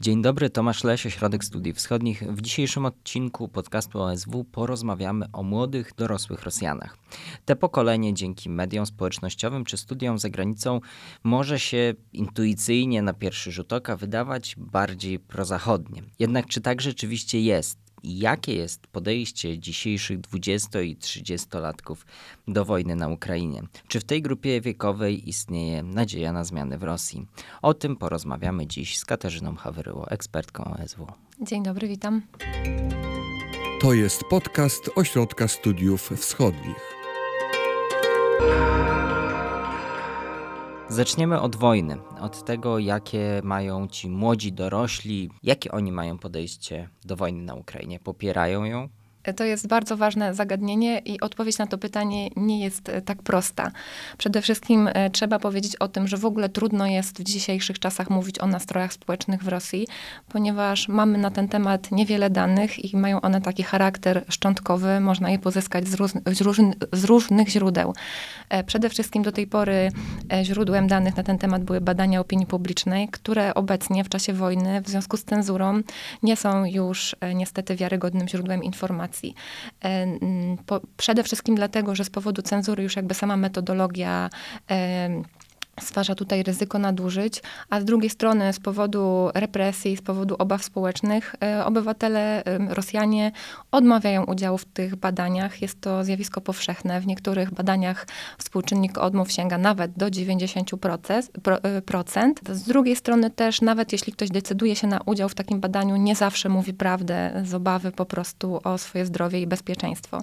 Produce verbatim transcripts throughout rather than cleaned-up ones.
Dzień dobry, Tomasz Leś, Ośrodek Studiów Wschodnich. W dzisiejszym odcinku podcastu O S W porozmawiamy o młodych, dorosłych Rosjanach. Te pokolenie dzięki mediom społecznościowym czy studiom za granicą może się intuicyjnie na pierwszy rzut oka wydawać bardziej prozachodnie. Jednak czy tak rzeczywiście jest? I jakie jest podejście dzisiejszych dwudziesto- i trzydziestolatków do wojny na Ukrainie? Czy w tej grupie wiekowej istnieje nadzieja na zmiany w Rosji? O tym porozmawiamy dziś z Katarzyną Haweryło, ekspertką O S W. Dzień dobry, witam. To jest podcast Ośrodka Studiów Wschodnich. Zaczniemy od wojny, od tego, jakie mają ci młodzi dorośli, jakie oni mają podejście do wojny na Ukrainie. Popierają ją? To jest bardzo ważne zagadnienie i odpowiedź na to pytanie nie jest tak prosta. Przede wszystkim trzeba powiedzieć o tym, że w ogóle trudno jest w dzisiejszych czasach mówić o nastrojach społecznych w Rosji, ponieważ mamy na ten temat niewiele danych i mają one taki charakter szczątkowy, można je pozyskać z, róz, z, róż, z różnych źródeł. Przede wszystkim do tej pory źródłem danych na ten temat były badania opinii publicznej, które obecnie w czasie wojny w związku z cenzurą nie są już niestety wiarygodnym źródłem informacji. Po, przede wszystkim dlatego, że z powodu cenzury już jakby sama metodologia e, stwarza tutaj ryzyko nadużyć, a z drugiej strony z powodu represji, z powodu obaw społecznych e, obywatele, e, Rosjanie odmawiają udziału w tych badaniach. Jest to zjawisko powszechne. W niektórych badaniach współczynnik odmów sięga nawet do dziewięćdziesiąt procent. Z drugiej strony też, nawet jeśli ktoś decyduje się na udział w takim badaniu, nie zawsze mówi prawdę z obawy po prostu o swoje zdrowie i bezpieczeństwo.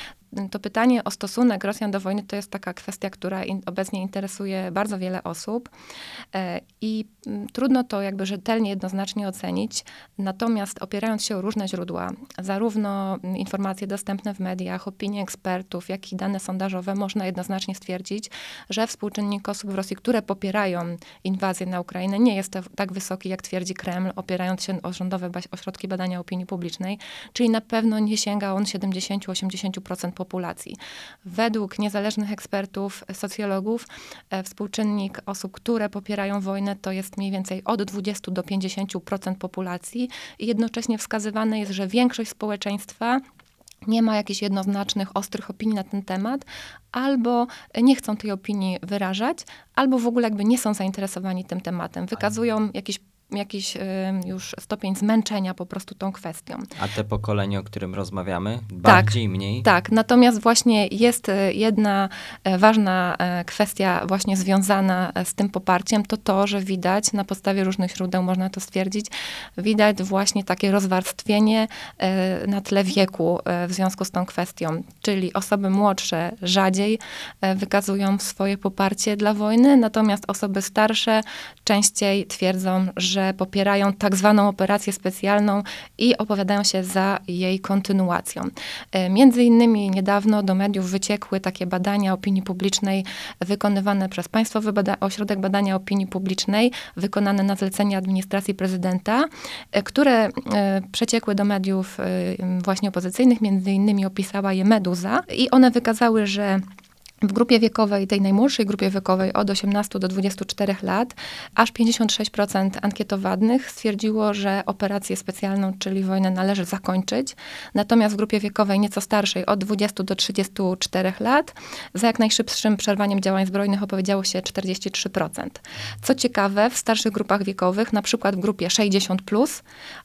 To pytanie o stosunek Rosjan do wojny to jest taka kwestia, która in, obecnie interesuje bardzo wiele osób e, i m, trudno to jakby rzetelnie, jednoznacznie ocenić. Natomiast opierając się o różne źródła, zarówno informacje dostępne w mediach, opinie ekspertów, jak i dane sondażowe, można jednoznacznie stwierdzić, że współczynnik osób w Rosji, które popierają inwazję na Ukrainę, nie jest tak wysoki, jak twierdzi Kreml, opierając się o rządowe ośrodki badania opinii publicznej, czyli na pewno nie sięga on siedemdziesiąt do osiemdziesięciu procent populacji. Według niezależnych ekspertów, socjologów, e, współczynnik osób, które popierają wojnę, to jest mniej więcej od dwudziestu do pięćdziesięciu procent populacji i jednocześnie wskazywane jest, że większość społeczeństwa nie ma jakichś jednoznacznych, ostrych opinii na ten temat, albo nie chcą tej opinii wyrażać, albo w ogóle jakby nie są zainteresowani tym tematem. Wykazują jakiś jakiś y, już stopień zmęczenia po prostu tą kwestią. A te pokolenie, o którym rozmawiamy, bardziej, tak, mniej? Tak, natomiast właśnie jest jedna ważna kwestia właśnie związana z tym poparciem, to to, że widać na podstawie różnych źródeł, można to stwierdzić, widać właśnie takie rozwarstwienie na tle wieku w związku z tą kwestią. Czyli osoby młodsze rzadziej wykazują swoje poparcie dla wojny, natomiast osoby starsze częściej twierdzą, że że popierają tak zwaną operację specjalną i opowiadają się za jej kontynuacją. Między innymi niedawno do mediów wyciekły takie badania opinii publicznej wykonywane przez Państwowy Bada- Ośrodek Badania Opinii Publicznej, wykonane na zlecenie administracji prezydenta, które przeciekły do mediów właśnie opozycyjnych, między innymi opisała je Meduza i one wykazały, że w grupie wiekowej, tej najmłodszej grupie wiekowej od osiemnastu do dwudziestu czterech lat, aż pięćdziesiąt sześć procent ankietowanych stwierdziło, że operację specjalną, czyli wojnę, należy zakończyć. Natomiast w grupie wiekowej nieco starszej, od dwudziestu do trzydziestu czterech lat, za jak najszybszym przerwaniem działań zbrojnych opowiedziało się czterdzieści trzy procent. Co ciekawe, w starszych grupach wiekowych, na przykład w grupie sześćdziesiąt plus,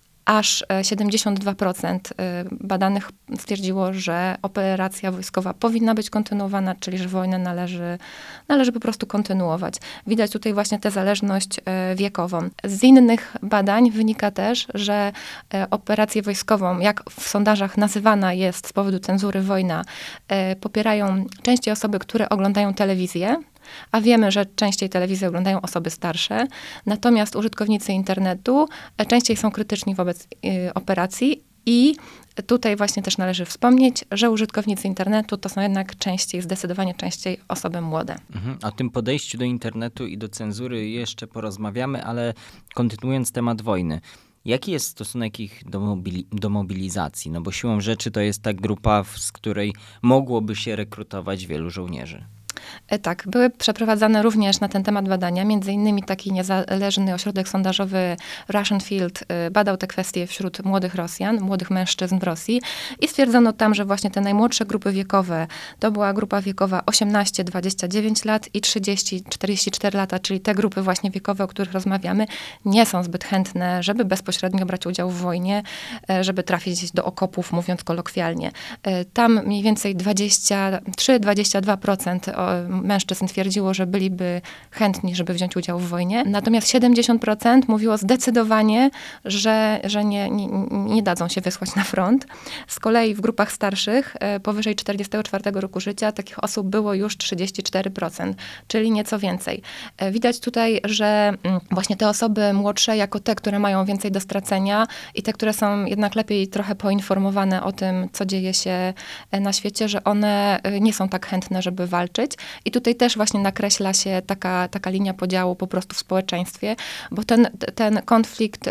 aż siedemdziesiąt dwa procent badanych stwierdziło, że operacja wojskowa powinna być kontynuowana, czyli że wojnę należy, należy po prostu kontynuować. Widać tutaj właśnie tę zależność wiekową. Z innych badań wynika też, że operację wojskową, jak w sondażach nazywana jest z powodu cenzury wojna, popierają częściej osoby, które oglądają telewizję, a wiemy, że częściej telewizję oglądają osoby starsze, natomiast użytkownicy internetu częściej są krytyczni wobec y, operacji i tutaj właśnie też należy wspomnieć, że użytkownicy internetu to są jednak częściej, zdecydowanie częściej osoby młode. Mhm. O tym podejściu do internetu i do cenzury jeszcze porozmawiamy, ale kontynuując temat wojny. Jaki jest stosunek ich do, mobili- do mobilizacji? No bo siłą rzeczy to jest ta grupa, z której mogłoby się rekrutować wielu żołnierzy. Tak, były przeprowadzane również na ten temat badania. Między innymi taki niezależny ośrodek sondażowy Russian Field badał te kwestie wśród młodych Rosjan, młodych mężczyzn w Rosji i stwierdzono tam, że właśnie te najmłodsze grupy wiekowe, to była grupa wiekowa osiemnaście do dwudziestu dziewięciu lat i trzydzieści do czterdziestu czterech lat, czyli te grupy właśnie wiekowe, o których rozmawiamy, nie są zbyt chętne, żeby bezpośrednio brać udział w wojnie, żeby trafić do okopów, mówiąc kolokwialnie. Tam mniej więcej dwadzieścia trzy do dwudziestu dwóch procent mężczyzn twierdziło, że byliby chętni, żeby wziąć udział w wojnie. Natomiast siedemdziesiąt procent mówiło zdecydowanie, że, że nie, nie, nie dadzą się wysłać na front. Z kolei w grupach starszych, powyżej czterdziestego czwartego roku życia, takich osób było już trzydzieści cztery procent, czyli nieco więcej. Widać tutaj, że właśnie te osoby młodsze, jako te, które mają więcej do stracenia i te, które są jednak lepiej trochę poinformowane o tym, co dzieje się na świecie, że one nie są tak chętne, żeby walczyć. I tutaj też właśnie nakreśla się taka, taka linia podziału po prostu w społeczeństwie, bo ten, ten konflikt,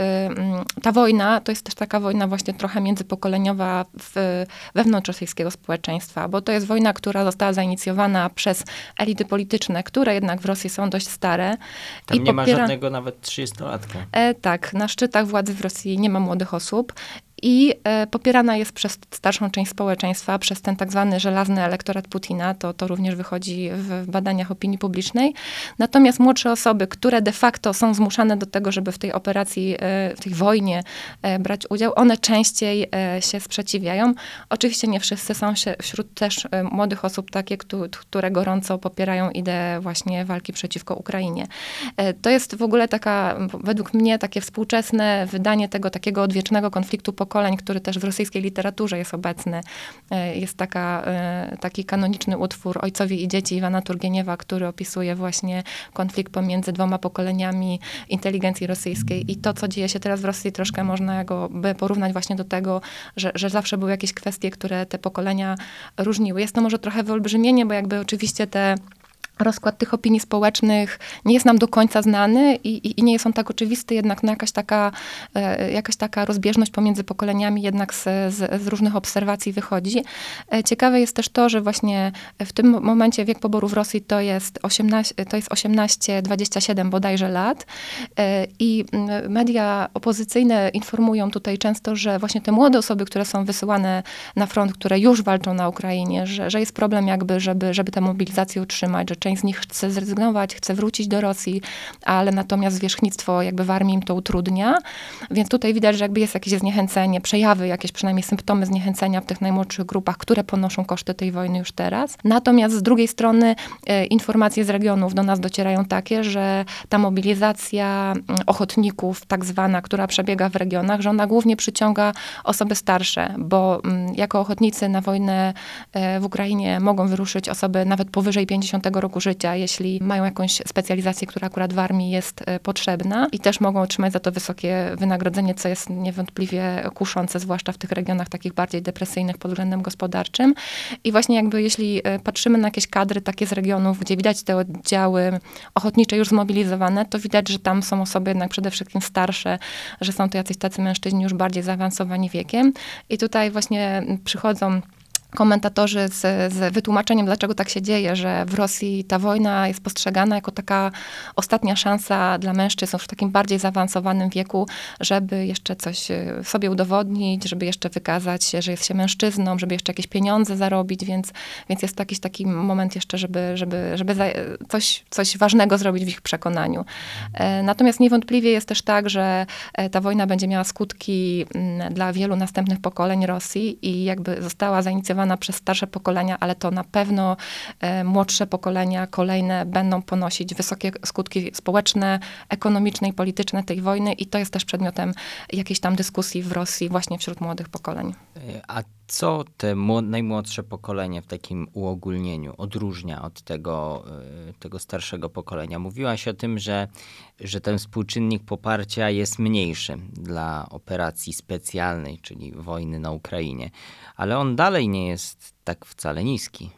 ta wojna, to jest też taka wojna właśnie trochę międzypokoleniowa w, wewnątrz rosyjskiego społeczeństwa, bo to jest wojna, która została zainicjowana przez elity polityczne, które jednak w Rosji są dość stare. Tam i nie popiera... ma żadnego nawet trzydziestolatka. E, tak, na szczytach władzy w Rosji nie ma młodych osób. I e, popierana jest przez starszą część społeczeństwa, przez ten tak zwany żelazny elektorat Putina, to, to również wychodzi w badaniach opinii publicznej. Natomiast młodsze osoby, które de facto są zmuszane do tego, żeby w tej operacji, e, w tej wojnie e, brać udział, one częściej e, się sprzeciwiają. Oczywiście nie wszyscy, są się, wśród też e, młodych osób takie, które gorąco popierają ideę właśnie walki przeciwko Ukrainie. E, to jest w ogóle taka, według mnie, takie współczesne wydanie tego takiego odwiecznego konfliktu pokoleniowych, pokoleń, który też w rosyjskiej literaturze jest obecny. Jest taka, taki kanoniczny utwór Ojcowie i dzieci Iwana Turgieniewa, który opisuje właśnie konflikt pomiędzy dwoma pokoleniami inteligencji rosyjskiej. I to, co dzieje się teraz w Rosji, troszkę można go by porównać właśnie do tego, że, że zawsze były jakieś kwestie, które te pokolenia różniły. Jest to może trochę wyolbrzymienie, bo jakby oczywiście te rozkład tych opinii społecznych nie jest nam do końca znany i, i, i nie jest on tak oczywisty, jednak no jakaś, taka, e, jakaś taka rozbieżność pomiędzy pokoleniami jednak z, z, z różnych obserwacji wychodzi. E, ciekawe jest też to, że właśnie w tym momencie wiek poboru w Rosji to jest osiemnaście, to jest osiemnaście dwadzieścia siedem bodajże lat e, i media opozycyjne informują tutaj często, że właśnie te młode osoby, które są wysyłane na front, które już walczą na Ukrainie, że, że jest problem jakby, żeby, żeby tę mobilizację utrzymać, że część z nich chce zrezygnować, chce wrócić do Rosji, ale natomiast zwierzchnictwo jakby w armii im to utrudnia. Więc tutaj widać, że jakby jest jakieś zniechęcenie, przejawy, jakieś przynajmniej symptomy zniechęcenia w tych najmłodszych grupach, które ponoszą koszty tej wojny już teraz. Natomiast z drugiej strony e, informacje z regionów do nas docierają takie, że ta mobilizacja ochotników, tak zwana, która przebiega w regionach, że ona głównie przyciąga osoby starsze, bo m, jako ochotnicy na wojnę e, w Ukrainie mogą wyruszyć osoby nawet powyżej pięćdziesiątego roku życia, jeśli mają jakąś specjalizację, która akurat w armii jest potrzebna i też mogą otrzymać za to wysokie wynagrodzenie, co jest niewątpliwie kuszące, zwłaszcza w tych regionach takich bardziej depresyjnych pod względem gospodarczym. I właśnie jakby jeśli patrzymy na jakieś kadry takie z regionów, gdzie widać te oddziały ochotnicze już zmobilizowane, to widać, że tam są osoby jednak przede wszystkim starsze, że są to jacyś tacy mężczyźni już bardziej zaawansowani wiekiem. I tutaj właśnie przychodzą komentatorzy z, z wytłumaczeniem, dlaczego tak się dzieje, że w Rosji ta wojna jest postrzegana jako taka ostatnia szansa dla mężczyzn w takim bardziej zaawansowanym wieku, żeby jeszcze coś sobie udowodnić, żeby jeszcze wykazać się, że jest się mężczyzną, żeby jeszcze jakieś pieniądze zarobić, więc, więc jest jakiś taki moment jeszcze, żeby, żeby, żeby coś, coś ważnego zrobić w ich przekonaniu. Natomiast niewątpliwie jest też tak, że ta wojna będzie miała skutki dla wielu następnych pokoleń Rosji i jakby została zainicjowana przez starsze pokolenia, ale to na pewno e, młodsze pokolenia, kolejne będą ponosić wysokie skutki społeczne, ekonomiczne i polityczne tej wojny i to jest też przedmiotem jakiejś tam dyskusji w Rosji właśnie wśród młodych pokoleń. A co te najmłodsze pokolenie w takim uogólnieniu odróżnia od tego, tego starszego pokolenia? Mówiłaś o tym, że, że ten współczynnik poparcia jest mniejszy dla operacji specjalnej, czyli wojny na Ukrainie, ale on dalej nie jest tak wcale niski.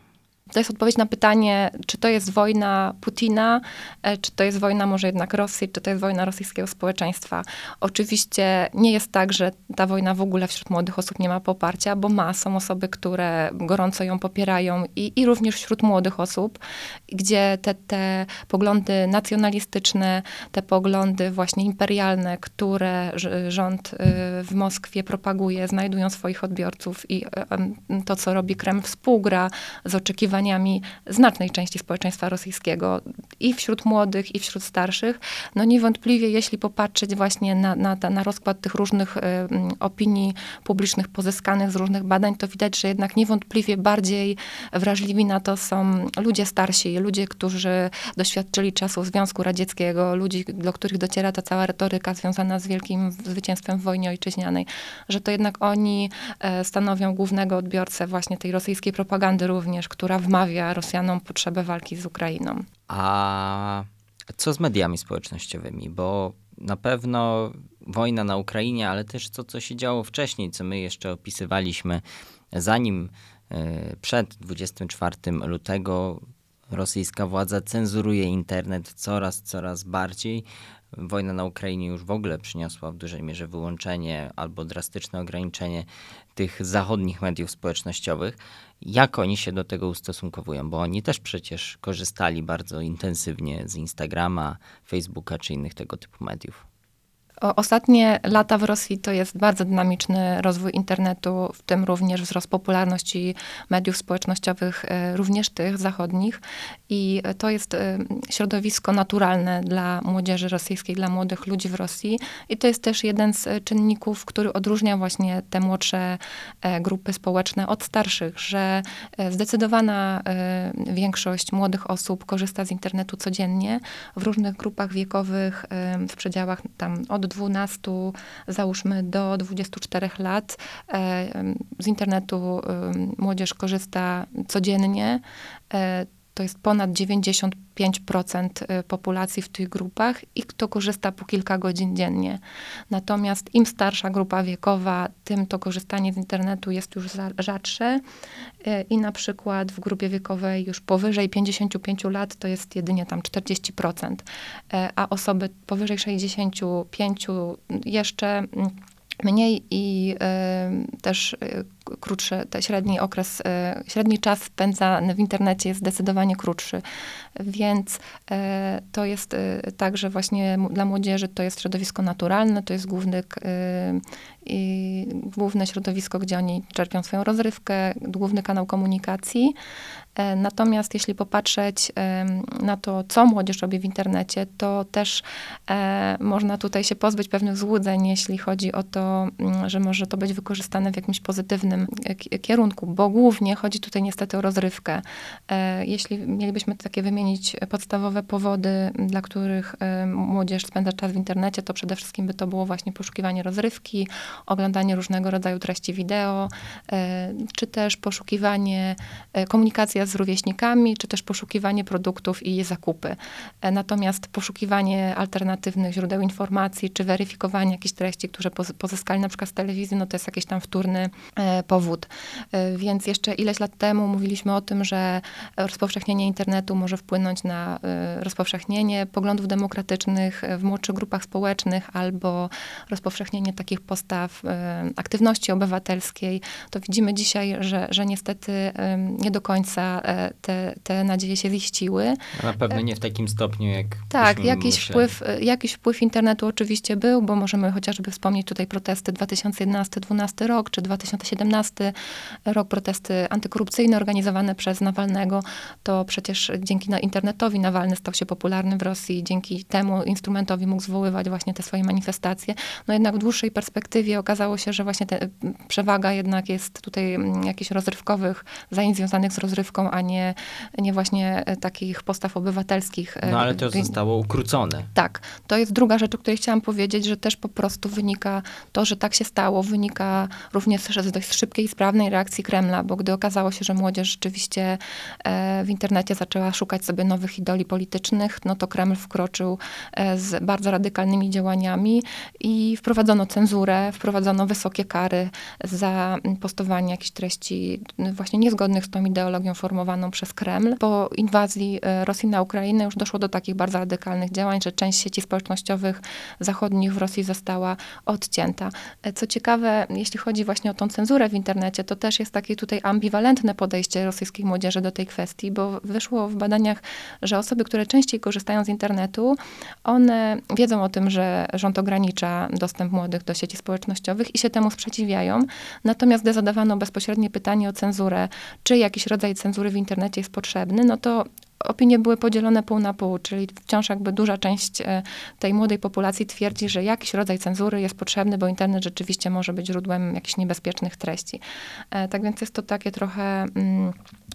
to jest odpowiedź na pytanie, czy to jest wojna Putina, czy to jest wojna może jednak Rosji, czy to jest wojna rosyjskiego społeczeństwa. Oczywiście nie jest tak, że ta wojna w ogóle wśród młodych osób nie ma poparcia, bo ma. Są osoby, które gorąco ją popierają i, i również wśród młodych osób, gdzie te, te poglądy nacjonalistyczne, te poglądy właśnie imperialne, które rząd w Moskwie propaguje, znajdują swoich odbiorców i to, co robi Kreml, współgra z oczekiwaniami znacznej części społeczeństwa rosyjskiego i wśród młodych, i wśród starszych. No niewątpliwie, jeśli popatrzeć właśnie na, na, na rozkład tych różnych y, opinii publicznych pozyskanych z różnych badań, to widać, że jednak niewątpliwie bardziej wrażliwi na to są ludzie starsi, ludzie, którzy doświadczyli czasów Związku Radzieckiego, ludzi, do których dociera ta cała retoryka związana z wielkim zwycięstwem w wojnie ojczyźnianej, że to jednak oni e, stanowią głównego odbiorcę właśnie tej rosyjskiej propagandy również, która wmawia Rosjanom potrzebę walki z Ukrainą. A co z mediami społecznościowymi? Bo na pewno wojna na Ukrainie, ale też to, co się działo wcześniej, co my jeszcze opisywaliśmy, zanim przed dwudziestego czwartego lutego rosyjska władza cenzuruje internet coraz, coraz bardziej. Wojna na Ukrainie już w ogóle przyniosła w dużej mierze wyłączenie albo drastyczne ograniczenie tych zachodnich mediów społecznościowych. Jak oni się do tego ustosunkowują? Bo oni też przecież korzystali bardzo intensywnie z Instagrama, Facebooka czy innych tego typu mediów. Ostatnie lata w Rosji to jest bardzo dynamiczny rozwój internetu, w tym również wzrost popularności mediów społecznościowych, również tych zachodnich. I to jest środowisko naturalne dla młodzieży rosyjskiej, dla młodych ludzi w Rosji. I to jest też jeden z czynników, który odróżnia właśnie te młodsze grupy społeczne od starszych, że zdecydowana większość młodych osób korzysta z internetu codziennie w różnych grupach wiekowych, w przedziałach tam od dwunastu, załóżmy do dwudziestu czterech lat. Z internetu młodzież korzysta codziennie. To jest ponad dziewięćdziesiąt pięć procent populacji w tych grupach i kto korzysta po kilka godzin dziennie. Natomiast im starsza grupa wiekowa, tym to korzystanie z internetu jest już rzadsze i na przykład w grupie wiekowej już powyżej pięćdziesięciu pięciu lat to jest jedynie tam czterdzieści procent, a osoby powyżej sześćdziesięciu pięciu jeszcze mniej i y, też y, krótszy, te średni okres, y, średni czas spędzany w internecie jest zdecydowanie krótszy. Więc y, to jest y, tak, że właśnie dla młodzieży to jest środowisko naturalne, to jest główny, y, i główne środowisko, gdzie oni czerpią swoją rozrywkę, główny kanał komunikacji. Natomiast jeśli popatrzeć na to, co młodzież robi w internecie, to też można tutaj się pozbyć pewnych złudzeń, jeśli chodzi o to, że może to być wykorzystane w jakimś pozytywnym kierunku, bo głównie chodzi tutaj niestety o rozrywkę. Jeśli mielibyśmy takie wymienić podstawowe powody, dla których młodzież spędza czas w internecie, to przede wszystkim by to było właśnie poszukiwanie rozrywki, oglądanie różnego rodzaju treści wideo, czy też poszukiwanie komunikacji z rówieśnikami, czy też poszukiwanie produktów i zakupy. Natomiast poszukiwanie alternatywnych źródeł informacji, czy weryfikowanie jakichś treści, które pozyskali na przykład z telewizji, no to jest jakiś tam wtórny e, powód. E, więc jeszcze ileś lat temu mówiliśmy o tym, że rozpowszechnienie internetu może wpłynąć na e, rozpowszechnienie poglądów demokratycznych w młodszych grupach społecznych, albo rozpowszechnienie takich postaw e, aktywności obywatelskiej. To widzimy dzisiaj, że, że niestety e, nie do końca Te, te nadzieje się ziściły. A na pewno nie w takim stopniu, jak Tak, jakiś wpływ, jakiś wpływ internetu oczywiście był, bo możemy chociażby wspomnieć tutaj protesty dwa tysiące jedenasty dwunasty rok, czy dwa tysiące siedemnasty rok, protesty antykorupcyjne organizowane przez Nawalnego. To przecież dzięki internetowi Nawalny stał się popularny w Rosji, dzięki temu instrumentowi mógł zwoływać właśnie te swoje manifestacje. No jednak w dłuższej perspektywie okazało się, że właśnie te, przewaga jednak jest tutaj jakichś rozrywkowych, zajęć związanych z rozrywką, a nie, nie właśnie takich postaw obywatelskich. No ale to zostało ukrócone. Tak. To jest druga rzecz, o której chciałam powiedzieć, że też po prostu wynika to, że tak się stało, wynika również z dość szybkiej i sprawnej reakcji Kremla, bo gdy okazało się, że młodzież rzeczywiście w internecie zaczęła szukać sobie nowych idoli politycznych, no to Kreml wkroczył z bardzo radykalnymi działaniami i wprowadzono cenzurę, wprowadzono wysokie kary za postowanie jakichś treści właśnie niezgodnych z tą ideologią formowaną przez Kreml. Po inwazji Rosji na Ukrainę już doszło do takich bardzo radykalnych działań, że część sieci społecznościowych zachodnich w Rosji została odcięta. Co ciekawe, jeśli chodzi właśnie o tą cenzurę w internecie, to też jest takie tutaj ambiwalentne podejście rosyjskiej młodzieży do tej kwestii, bo wyszło w badaniach, że osoby, które częściej korzystają z internetu, one wiedzą o tym, że rząd ogranicza dostęp młodych do sieci społecznościowych i się temu sprzeciwiają. Natomiast gdy zadawano bezpośrednie pytanie o cenzurę, czy jakiś rodzaj cenzury w internecie jest potrzebny, no to opinie były podzielone pół na pół, czyli wciąż jakby duża część tej młodej populacji twierdzi, że jakiś rodzaj cenzury jest potrzebny, bo internet rzeczywiście może być źródłem jakichś niebezpiecznych treści. Tak więc jest to takie trochę mm,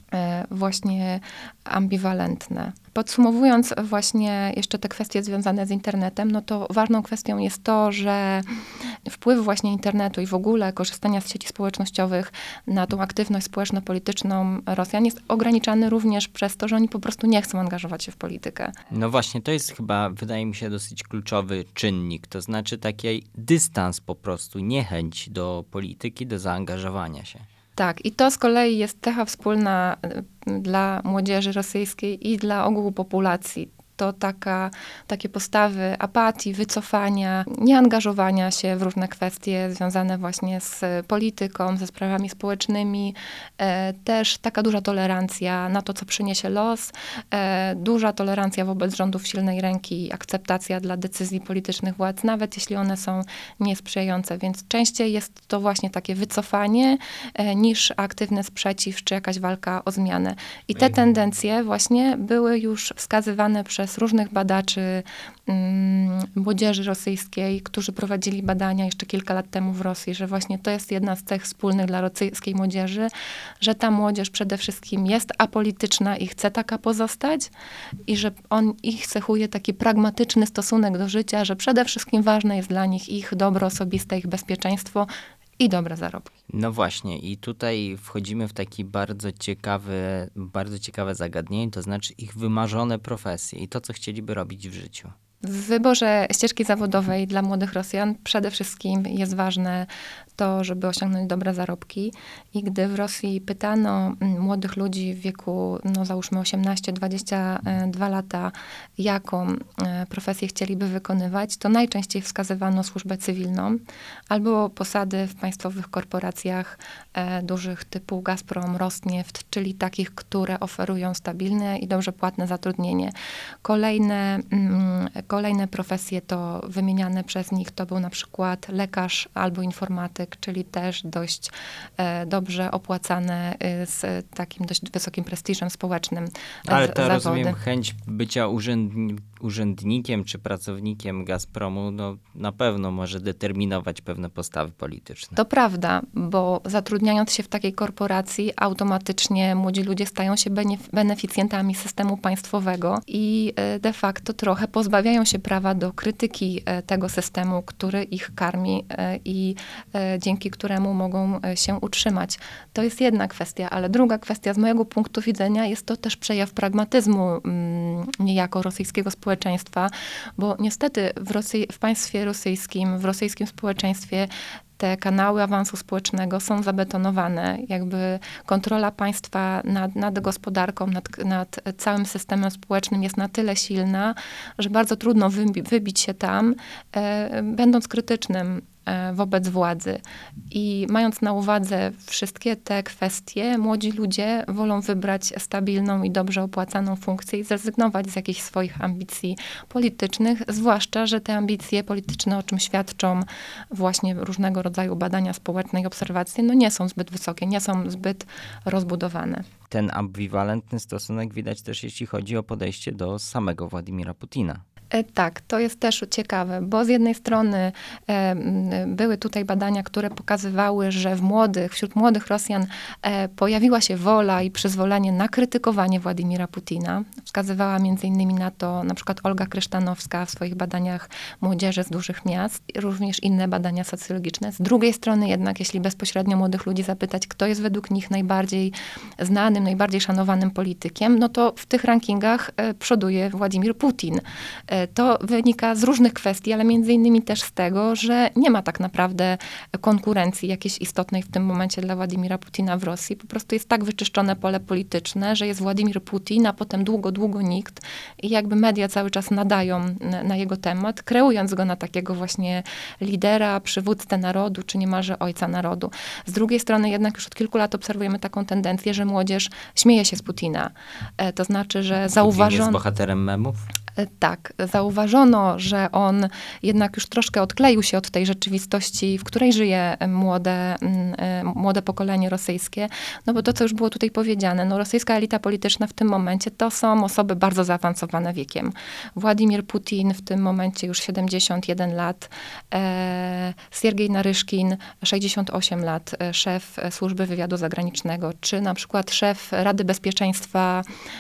właśnie ambiwalentne. Podsumowując właśnie jeszcze te kwestie związane z internetem, no to ważną kwestią jest to, że wpływ właśnie internetu i w ogóle korzystania z sieci społecznościowych na tą aktywność społeczno-polityczną Rosjan jest ograniczany również przez to, że oni po prostu nie chcą angażować się w politykę. No właśnie, to jest chyba, wydaje mi się, dosyć kluczowy czynnik, to znaczy taki dystans po prostu, niechęć do polityki, do zaangażowania się. Tak, i to z kolei jest cecha wspólna dla młodzieży rosyjskiej i dla ogółu populacji. To taka, takie postawy apatii, wycofania, nieangażowania się w różne kwestie związane właśnie z polityką, ze sprawami społecznymi. E, też taka duża tolerancja na to, co przyniesie los. E, duża tolerancja wobec rządów silnej ręki, akceptacja dla decyzji politycznych władz, nawet jeśli one są niesprzyjające. Więc częściej jest to właśnie takie wycofanie e, niż aktywny sprzeciw, czy jakaś walka o zmianę. I te tendencje właśnie były już wskazywane przez różnych badaczy um, młodzieży rosyjskiej, którzy prowadzili badania jeszcze kilka lat temu w Rosji, że właśnie to jest jedna z cech wspólnych dla rosyjskiej młodzieży, że ta młodzież przede wszystkim jest apolityczna i chce taka pozostać i że on, ich cechuje taki pragmatyczny stosunek do życia, że przede wszystkim ważne jest dla nich ich dobro osobiste, ich bezpieczeństwo i dobre zarobki. No właśnie, i tutaj wchodzimy w taki bardzo ciekawy, bardzo ciekawe zagadnienie, to znaczy ich wymarzone profesje i to, co chcieliby robić w życiu. W wyborze ścieżki zawodowej dla młodych Rosjan przede wszystkim jest ważne to, żeby osiągnąć dobre zarobki. I gdy w Rosji pytano młodych ludzi w wieku, no załóżmy osiemnaście dwadzieścia dwa lata, jaką profesję chcieliby wykonywać, to najczęściej wskazywano służbę cywilną albo posady w państwowych korporacjach e, dużych typu Gazprom, Rosneft, czyli takich, które oferują stabilne i dobrze płatne zatrudnienie. Kolejne, mm, kolejne profesje to wymieniane przez nich to był na przykład lekarz albo informatyk, czyli też dość e, dobrze opłacane e, z takim dość wysokim prestiżem społecznym e, Ale to zawody. rozumiem chęć bycia urzędni- urzędnikiem czy pracownikiem Gazpromu, no na pewno może determinować pewne postawy polityczne. To prawda, bo zatrudniając się w takiej korporacji, automatycznie młodzi ludzie stają się benef- beneficjentami systemu państwowego i e, de facto trochę pozbawiają się prawa do krytyki e, tego systemu, który ich karmi e, i e, dzięki któremu mogą się utrzymać. To jest jedna kwestia, ale druga kwestia z mojego punktu widzenia jest to też przejaw pragmatyzmu mm, niejako rosyjskiego społeczeństwa, bo niestety w, Rosji, w państwie rosyjskim, w rosyjskim społeczeństwie te kanały awansu społecznego są zabetonowane. Jakby kontrola państwa nad, nad gospodarką, nad, nad całym systemem społecznym jest na tyle silna, że bardzo trudno wybi- wybić się tam, e, będąc krytycznym wobec władzy. I mając na uwadze wszystkie te kwestie, młodzi ludzie wolą wybrać stabilną i dobrze opłacaną funkcję i zrezygnować z jakichś swoich ambicji politycznych, zwłaszcza, że te ambicje polityczne, o czym świadczą właśnie różnego rodzaju badania społeczne i obserwacje, no nie są zbyt wysokie, nie są zbyt rozbudowane. Ten ambiwalentny stosunek widać też, jeśli chodzi o podejście do samego Władimira Putina. Tak, to jest też ciekawe, bo z jednej strony e, były tutaj badania, które pokazywały, że w młodych, wśród młodych Rosjan e, pojawiła się wola i przyzwolenie na krytykowanie Władimira Putina. Wskazywała między innymi na to na przykład Olga Krysztanowska w swoich badaniach młodzieży z dużych miast, również inne badania socjologiczne. Z drugiej strony jednak, jeśli bezpośrednio młodych ludzi zapytać, kto jest według nich najbardziej znanym, najbardziej szanowanym politykiem, no to w tych rankingach e, przoduje Władimir Putin. To wynika z różnych kwestii, ale między innymi też z tego, że nie ma tak naprawdę konkurencji jakiejś istotnej w tym momencie dla Władimira Putina w Rosji. Po prostu jest tak wyczyszczone pole polityczne, że jest Władimir Putin, a potem długo, długo nikt. I jakby media cały czas nadają na, na jego temat, kreując go na takiego właśnie lidera, przywódcę narodu, czy niemalże ojca narodu. Z drugiej strony jednak już od kilku lat obserwujemy taką tendencję, że młodzież śmieje się z Putina. To znaczy, że zauważono... Putin jest bohaterem memów? Tak, zauważono, że on jednak już troszkę odkleił się od tej rzeczywistości, w której żyje młode, młode pokolenie rosyjskie. No bo to, co już było tutaj powiedziane, no rosyjska elita polityczna w tym momencie to są osoby bardzo zaawansowane wiekiem. Władimir Putin w tym momencie już siedemdziesiąt jeden lat, e, Siergiej Naryszkin sześćdziesiąt osiem lat, szef Służby Wywiadu Zagranicznego, czy na przykład szef Rady Bezpieczeństwa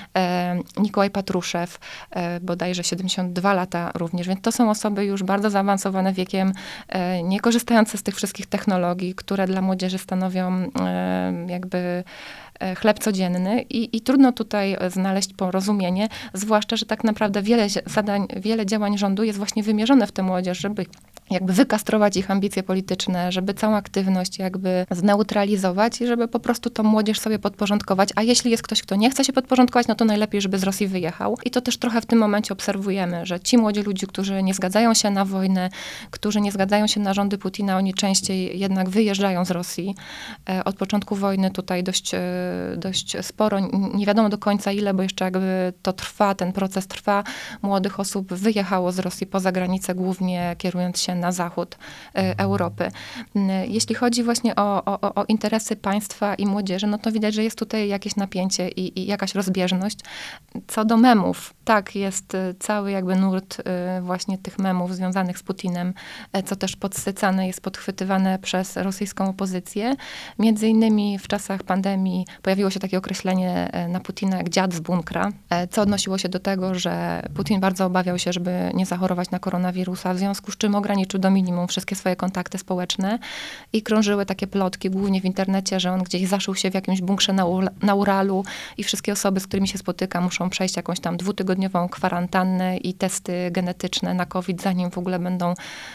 e, Nikołaj Patruszew, e, bodaj że siedemdziesiąt dwa lata również, więc to są osoby już bardzo zaawansowane wiekiem, e, nie korzystające z tych wszystkich technologii, które dla młodzieży stanowią e, jakby chleb codzienny i, i trudno tutaj znaleźć porozumienie, zwłaszcza, że tak naprawdę wiele zadań, wiele działań rządu jest właśnie wymierzone w tę młodzież, żeby jakby wykastrować ich ambicje polityczne, żeby całą aktywność jakby zneutralizować i żeby po prostu tą młodzież sobie podporządkować, a jeśli jest ktoś, kto nie chce się podporządkować, no to najlepiej, żeby z Rosji wyjechał. I to też trochę w tym momencie obserwujemy, że ci młodzi ludzie, którzy nie zgadzają się na wojnę, którzy nie zgadzają się na rządy Putina, oni częściej jednak wyjeżdżają z Rosji. Od początku wojny tutaj dość dość sporo, nie wiadomo do końca ile, bo jeszcze jakby to trwa, ten proces trwa. Młodych osób wyjechało z Rosji poza granicę, głównie kierując się na zachód Europy. Jeśli chodzi właśnie o, o, o interesy państwa i młodzieży, no to widać, że jest tutaj jakieś napięcie i, i jakaś rozbieżność. Co do memów, tak, jest cały jakby nurt właśnie tych memów związanych z Putinem, co też podsycane jest, podchwytywane przez rosyjską opozycję. Między innymi w czasach pandemii pojawiło się takie określenie na Putina jak dziad z bunkra, co odnosiło się do tego, że Putin bardzo obawiał się, żeby nie zachorować na koronawirusa, w związku z czym ograniczył do minimum wszystkie swoje kontakty społeczne i krążyły takie plotki, głównie w internecie, że on gdzieś zaszył się w jakimś bunkrze na, Ur- na Uralu i wszystkie osoby, z którymi się spotyka, muszą przejść jakąś tam dwutygodniową kwarantannę i testy genetyczne na COVID, zanim w ogóle będą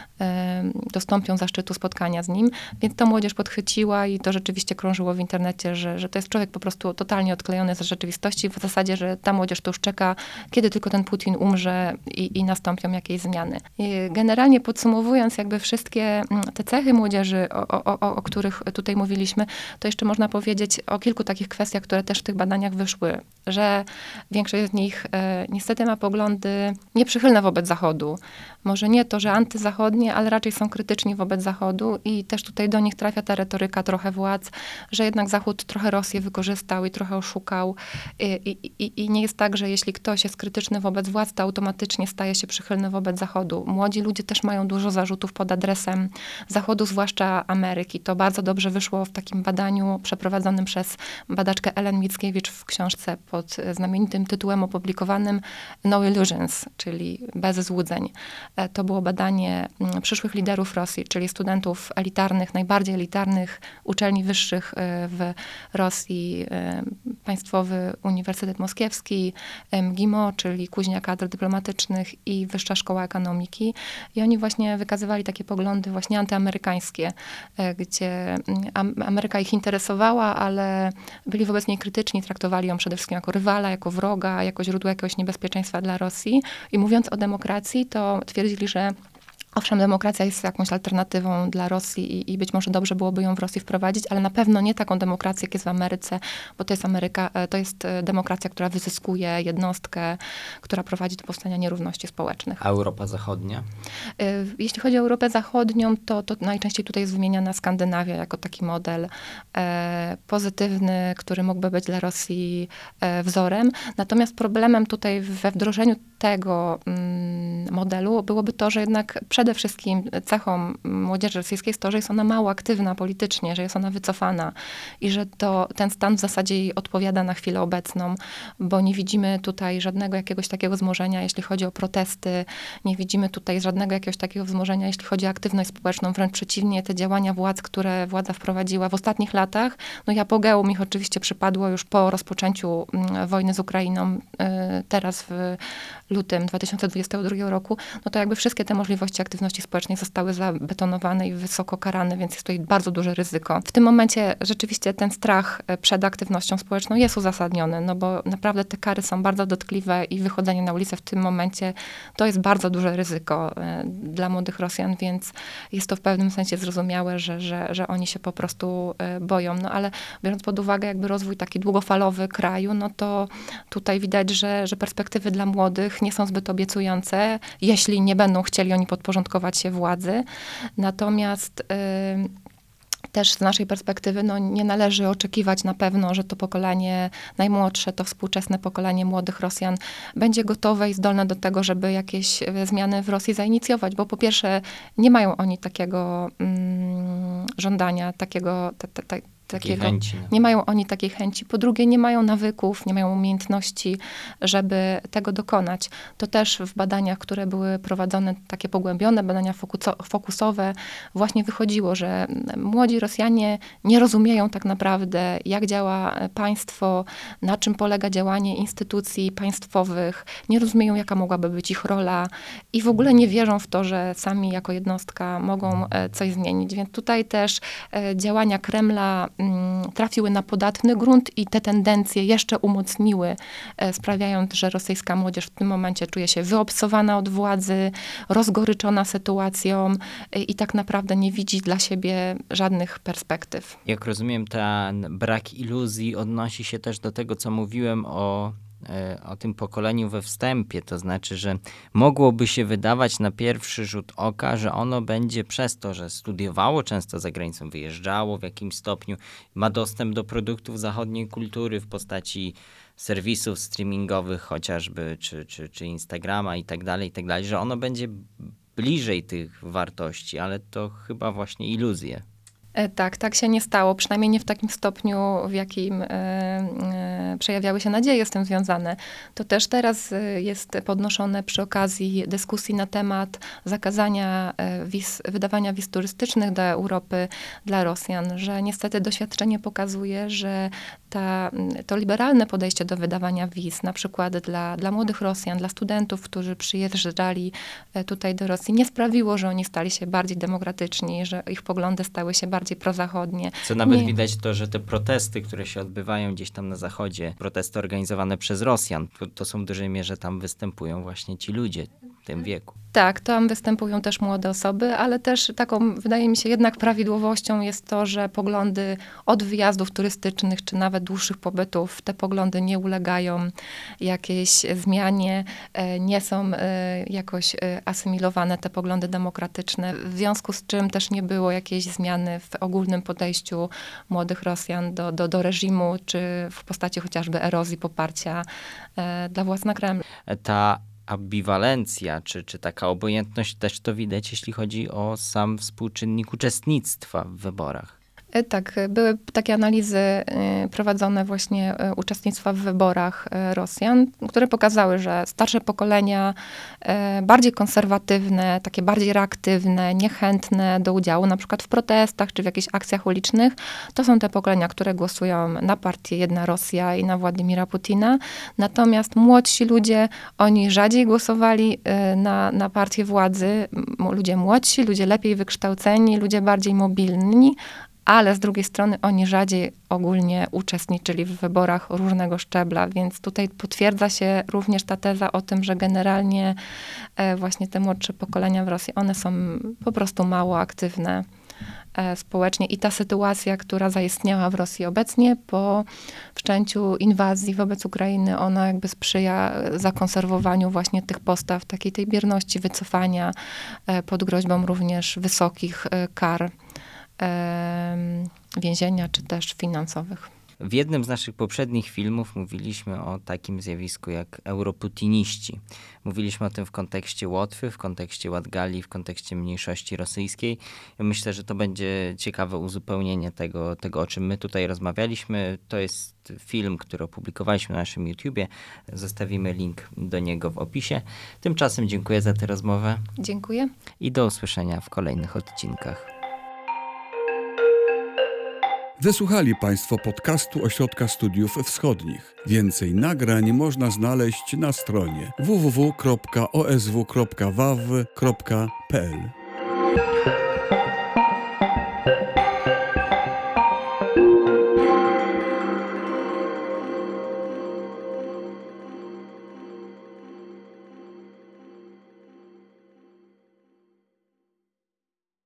e, dostąpią zaszczytu spotkania z nim. Więc to młodzież podchwyciła i to rzeczywiście krążyło w internecie, że, że to jest człowiek po prostu totalnie odklejony z rzeczywistości, w zasadzie, że ta młodzież to już czeka, kiedy tylko ten Putin umrze i, i nastąpią jakieś zmiany. I generalnie podsumowując jakby wszystkie te cechy młodzieży, o, o, o, o których tutaj mówiliśmy, to jeszcze można powiedzieć o kilku takich kwestiach, które też w tych badaniach wyszły, że większość z nich e, niestety ma poglądy nieprzychylne wobec Zachodu. Może nie to, że antyzachodnie, ale raczej są krytyczni wobec Zachodu i też tutaj do nich trafia ta retoryka trochę władz, że jednak Zachód trochę Rosję wykorzystał i trochę oszukał. I, i, I nie jest tak, że jeśli ktoś jest krytyczny wobec władz, to automatycznie staje się przychylny wobec Zachodu. Młodzi ludzie też mają dużo zarzutów pod adresem Zachodu, zwłaszcza Ameryki. To bardzo dobrze wyszło w takim badaniu przeprowadzonym przez badaczkę Ellen Mickiewicz w książce pod znamienitym tytułem opublikowanym No Illusions, czyli bez złudzeń. To było badanie przyszłych liderów Rosji, czyli studentów elitarnych, najbardziej elitarnych uczelni wyższych w Rosji, Państwowy Uniwersytet Moskiewski, M G I M O, czyli Kuźnia Kadr Dyplomatycznych i Wyższa Szkoła Ekonomiki. I oni właśnie wykazywali takie poglądy właśnie antyamerykańskie, gdzie Ameryka ich interesowała, ale byli wobec niej krytyczni, traktowali ją przede wszystkim jako rywala, jako wroga, jako źródło jakiegoś niebezpieczeństwa dla Rosji. I mówiąc o demokracji, to twierdzili, że owszem, demokracja jest jakąś alternatywą dla Rosji i, i być może dobrze byłoby ją w Rosji wprowadzić, ale na pewno nie taką demokrację, jak jest w Ameryce, bo to jest Ameryka, to jest demokracja, która wyzyskuje jednostkę, która prowadzi do powstania nierówności społecznych. A Europa Zachodnia? Jeśli chodzi o Europę Zachodnią, to, to najczęściej tutaj jest wymieniana Skandynawia jako taki model e, pozytywny, który mógłby być dla Rosji e, wzorem. Natomiast problemem tutaj we wdrożeniu tego mm, modelu byłoby to, że jednak przede wszystkim cechą młodzieży rosyjskiej jest to, że jest ona mało aktywna politycznie, że jest ona wycofana i że to ten stan w zasadzie jej odpowiada na chwilę obecną, bo nie widzimy tutaj żadnego jakiegoś takiego wzmożenia, jeśli chodzi o protesty, nie widzimy tutaj żadnego jakiegoś takiego wzmożenia, jeśli chodzi o aktywność społeczną, wręcz przeciwnie, te działania władz, które władza wprowadziła w ostatnich latach, no i apogeum ich oczywiście przypadło już po rozpoczęciu mm, wojny z Ukrainą, y, teraz w lutym dwa tysiące dwudziestego drugiego roku, no to jakby wszystkie te możliwości aktywności społecznej zostały zabetonowane i wysoko karane, więc jest tutaj bardzo duże ryzyko. W tym momencie rzeczywiście ten strach przed aktywnością społeczną jest uzasadniony, no bo naprawdę te kary są bardzo dotkliwe i wychodzenie na ulicę w tym momencie to jest bardzo duże ryzyko dla młodych Rosjan, więc jest to w pewnym sensie zrozumiałe, że, że, że oni się po prostu boją. No ale biorąc pod uwagę jakby rozwój taki długofalowy kraju, no to tutaj widać, że, że perspektywy dla młodych nie są zbyt obiecujące, jeśli nie będą chcieli oni podporządkować się władzy. Natomiast yy, też z naszej perspektywy no, nie należy oczekiwać na pewno, że to pokolenie najmłodsze, to współczesne pokolenie młodych Rosjan będzie gotowe i zdolne do tego, żeby jakieś zmiany w Rosji zainicjować, bo po pierwsze nie mają oni takiego mm, żądania, takiego... Te, te, te, Takiego, chęci, no. Nie mają oni takiej chęci. Po drugie, nie mają nawyków, nie mają umiejętności, żeby tego dokonać. To też w badaniach, które były prowadzone, takie pogłębione, badania fokusowe, właśnie wychodziło, że młodzi Rosjanie nie rozumieją tak naprawdę, jak działa państwo, na czym polega działanie instytucji państwowych, nie rozumieją, jaka mogłaby być ich rola i w ogóle nie wierzą w to, że sami jako jednostka mogą coś zmienić. Więc tutaj też działania Kremla trafiły na podatny grunt i te tendencje jeszcze umocniły, sprawiając, że rosyjska młodzież w tym momencie czuje się wyobsowana od władzy, rozgoryczona sytuacją i tak naprawdę nie widzi dla siebie żadnych perspektyw. Jak rozumiem, ten brak iluzji odnosi się też do tego, co mówiłem o o tym pokoleniu we wstępie, to znaczy, że mogłoby się wydawać na pierwszy rzut oka, że ono będzie przez to, że studiowało często za granicą, wyjeżdżało w jakimś stopniu, ma dostęp do produktów zachodniej kultury w postaci serwisów streamingowych chociażby, czy, czy, czy Instagrama i tak dalej, i tak dalej, że ono będzie bliżej tych wartości, ale to chyba właśnie iluzje. Tak, tak się nie stało, przynajmniej nie w takim stopniu, w jakim e, e, przejawiały się nadzieje z tym związane. To też teraz jest podnoszone przy okazji dyskusji na temat zakazania wiz, wydawania wiz turystycznych do Europy dla Rosjan, że niestety doświadczenie pokazuje, że ta, to liberalne podejście do wydawania wiz, na przykład dla, dla młodych Rosjan, dla studentów, którzy przyjeżdżali tutaj do Rosji, nie sprawiło, że oni stali się bardziej demokratyczni, że ich poglądy stały się bardziej bardziej prozachodnie. Co nawet nie. widać to, że te protesty, które się odbywają gdzieś tam na zachodzie, protesty organizowane przez Rosjan, to, to są w dużej mierze tam występują właśnie ci ludzie w tym wieku. Tak, tam występują też młode osoby, ale też taką, wydaje mi się, jednak prawidłowością jest to, że poglądy od wyjazdów turystycznych, czy nawet dłuższych pobytów, te poglądy nie ulegają jakiejś zmianie, nie są jakoś asymilowane, te poglądy demokratyczne, w związku z czym też nie było jakiejś zmiany w ogólnym podejściu młodych Rosjan do, do, do reżimu, czy w postaci chociażby erozji poparcia dla władz na Kremlu. Ta ambiwalencja, czy, czy taka obojętność też to widać, jeśli chodzi o sam współczynnik uczestnictwa w wyborach. Tak, były takie analizy prowadzone właśnie uczestnictwa w wyborach Rosjan, które pokazały, że starsze pokolenia, bardziej konserwatywne, takie bardziej reaktywne, niechętne do udziału na przykład w protestach czy w jakichś akcjach ulicznych, to są te pokolenia, które głosują na partię Jedna Rosja i na Władimira Putina. Natomiast młodsi ludzie, oni rzadziej głosowali na, na partię władzy, ludzie młodsi, ludzie lepiej wykształceni, ludzie bardziej mobilni, ale z drugiej strony oni rzadziej ogólnie uczestniczyli w wyborach różnego szczebla, więc tutaj potwierdza się również ta teza o tym, że generalnie właśnie te młodsze pokolenia w Rosji, one są po prostu mało aktywne społecznie i ta sytuacja, która zaistniała w Rosji obecnie po wszczęciu inwazji wobec Ukrainy, ona jakby sprzyja zakonserwowaniu właśnie tych postaw, takiej tej bierności, wycofania pod groźbą również wysokich kar więzienia, czy też finansowych. W jednym z naszych poprzednich filmów mówiliśmy o takim zjawisku jak europutiniści. Mówiliśmy o tym w kontekście Łotwy, w kontekście Latgalii, w kontekście mniejszości rosyjskiej. Ja myślę, że to będzie ciekawe uzupełnienie tego, tego, o czym my tutaj rozmawialiśmy. To jest film, który opublikowaliśmy na naszym YouTubie. Zostawimy link do niego w opisie. Tymczasem dziękuję za tę rozmowę. Dziękuję. I do usłyszenia w kolejnych odcinkach. Wysłuchali Państwo podcastu Ośrodka Studiów Wschodnich. Więcej nagrań można znaleźć na stronie w w w kropka o s w kropka w a w kropka p l.